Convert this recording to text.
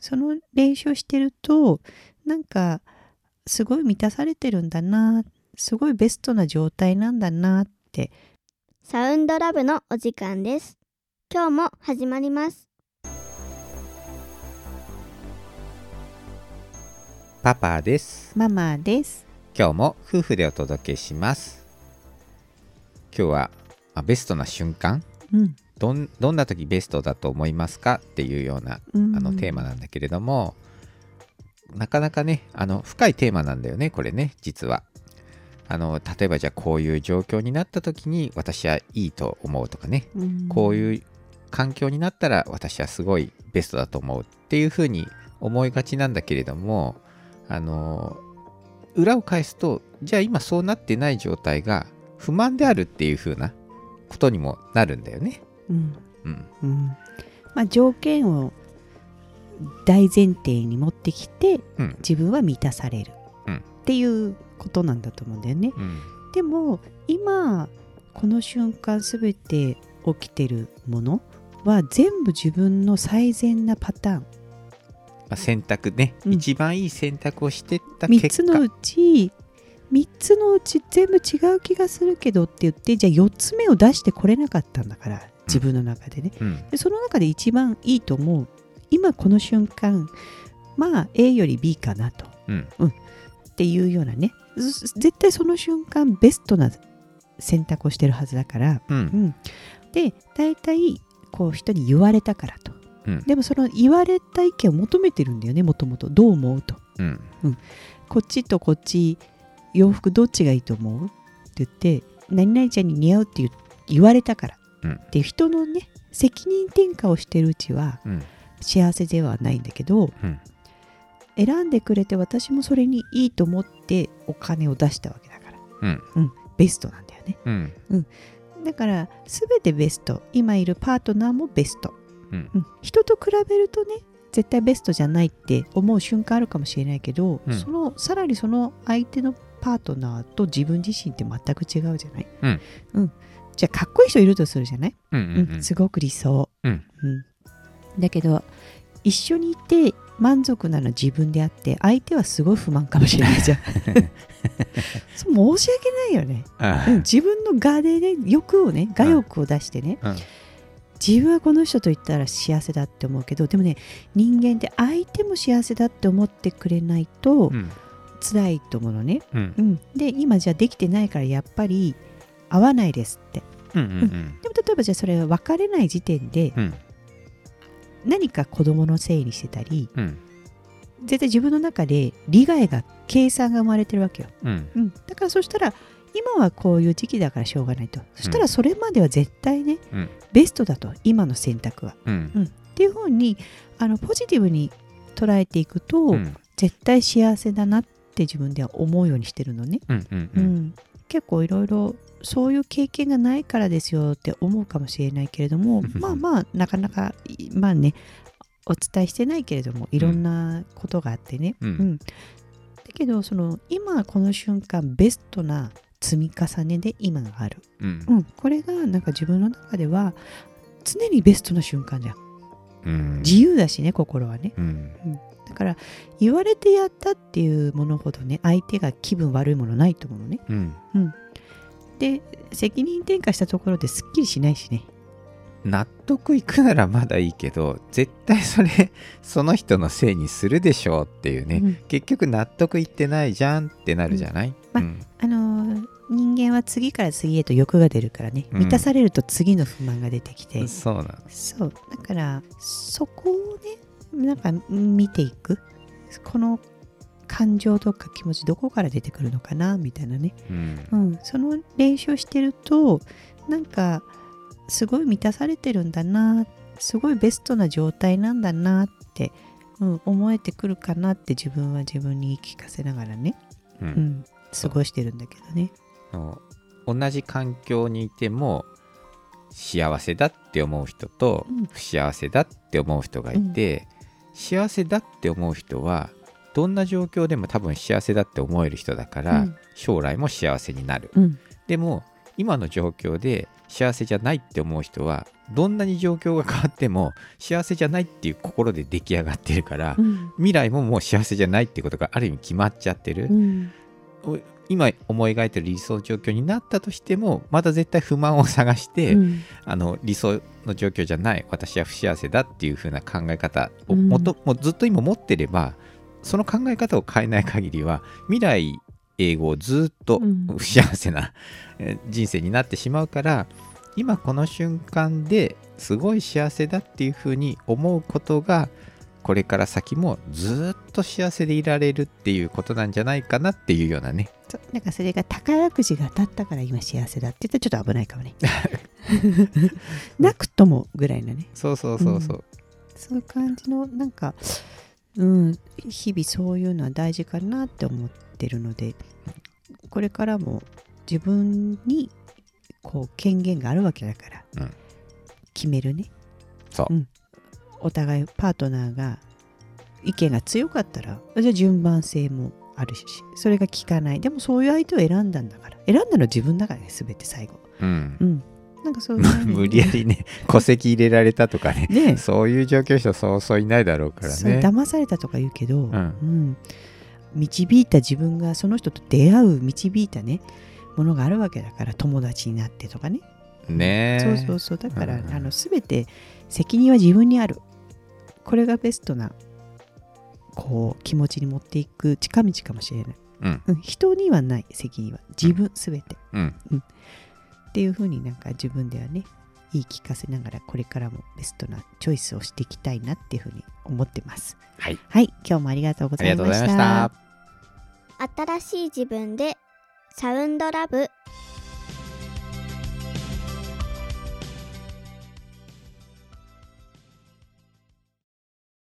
その練習をしてるとなんかすごい満たされてるんだな、すごいベストな状態なんだなって。 サウンドラブのお時間です。今日も始まります。 パパです。 ママです。 今日も夫婦でお届けします。今日はベストな瞬間、どんな時ベストだと思いますかっていうようなテーマなんだけれども、なかなかね深いテーマなんだよねこれね。実は例えばじゃあこういう状況になった時に私はいいと思うとかね、こういう環境になったら私はすごいベストだと思うっていうふうに思いがちなんだけれども、裏を返すとじゃあ今そうなってない状態が不満であるっていう風なことにもなるんだよね。 条件を大前提に持ってきて、自分は満たされるっていうことなんだと思うんだよね。でも今この瞬間すべて起きてるものは全部自分の最善なパターン、 選択ね、一番いい選択をしてった結果、 3つのうち全部違う気がするけどって言って、じゃあ4つ目を出してこれなかったんだから、自分の中でね、でその中で一番いいと思う今この瞬間A より B かなと、っていうようなね、絶対その瞬間ベストな選択をしてるはずだから、で大体こう人に言われたからと、でもその言われた意見を求めてるんだよね。もともとどう思うと、こっちとこっち洋服どっちがいいと思うって言って、何々ちゃんに似合うって言われたから、っていう人のね責任転嫁をしてるうちは、幸せではないんだけど、選んでくれて私もそれにいいと思ってお金を出したわけだから、ベストなんだよね。だから全てベスト、今いるパートナーもベスト、人と比べるとね絶対ベストじゃないって思う瞬間あるかもしれないけど、さらにその相手のパートナーと自分自身って全く違うじゃない。じゃあかっこいい人いるとするじゃない、すごく理想、だけど一緒にいて満足なのは自分であって、相手はすごい不満かもしれないじゃんそう申し訳ないよね。自分の我でね、欲をね、我欲を出してね、自分はこの人と言ったら幸せだって思うけど、でもね、人間って相手も幸せだって思ってくれないと辛いと思うのね。で今じゃあできてないからやっぱり合わないですって、でも例えばじゃあそれは別れない時点で、何か子供のせいにしてたり、絶対自分の中で利害が計算が生まれてるわけよ。だからそしたら今はこういう時期だからしょうがないと、そしたらそれまでは絶対ね、ベストだと、今の選択は、っていうふうにポジティブに捉えていくと、絶対幸せだなって自分では思うようにしてるのね。結構いろいろそういう経験がないからですよって思うかもしれないけれども、なかなかお伝えしてないけれどもいろんなことがあってね、だけどその今この瞬間ベストな積み重ねで今がある、これがなんか自分の中では常にベストな瞬間じゃん、自由だしね、心はね、だから言われてやったっていうものほどね、相手が気分悪いものないと思うのね。で責任転嫁したところですっきりしないしね。 納得いくならまだいいけど、絶対その人のせいにするでしょうっていうね、結局納得いってないじゃんってなるじゃない。 人間は次から次へと欲が出るからね、満たされると次の不満が出てきて、 そうなの。 そうだからそこをねなんか見ていく、この感情とか気持ちどこから出てくるのかなみたいなね、その練習してるとなんかすごい満たされてるんだな、すごいベストな状態なんだなって、思えてくるかなって自分は自分に言い聞かせながらね、過ごしてるんだけどね。 同じ環境にいても幸せだって思う人と不幸せだって思う人がいて、幸せだって思う人はどんな状況でも多分幸せだって思える人だから、将来も幸せになる、でも今の状況で幸せじゃないって思う人はどんなに状況が変わっても幸せじゃないっていう心で出来上がってるから、未来ももう幸せじゃないってことがある意味決まっちゃってる、今思い描いてる理想状況になったとしてもまた絶対不満を探して、理想の状況じゃない私は不幸せだっていう風な考え方をもうずっと今持ってれば、その考え方を変えない限りは未来永劫ずっと不幸せな人生になってしまうから、今この瞬間ですごい幸せだっていう風に思うことがこれから先もずっと幸せでいられるっていうことなんじゃないかなっていうようなね。 なんかそれが宝くじが当たったから今幸せだって言ったらちょっと危ないかもねなくともぐらいのね。 そうそう、 そういう感じのなんか、日々そういうのは大事かなって思ってるので、これからも自分にこう権限があるわけだから、決めるね。 そう、 お互いパートナーが意見が強かったらじゃあ順番性もあるし、それが効かない。でもそういう相手を選んだんだから、選んだのは自分だからね、全て最後。なんかそういう無理やりね戸籍入れられたとか ねそういう状況の人はそうそういないだろうからね。 それ騙されたとか言うけど、導いた自分がその人と出会う導いたねものがあるわけだから、友達になってとかね。そうだから、全て責任は自分にある。これがベストなこう気持ちに持っていく近道かもしれない、人にはない責任は自分全て、っていう風になんか自分ではね言い聞かせながらこれからもベストなチョイスをしていきたいなっていう風に思ってます。はい、今日もありがとうございました。 新しい自分でサウンドラブ。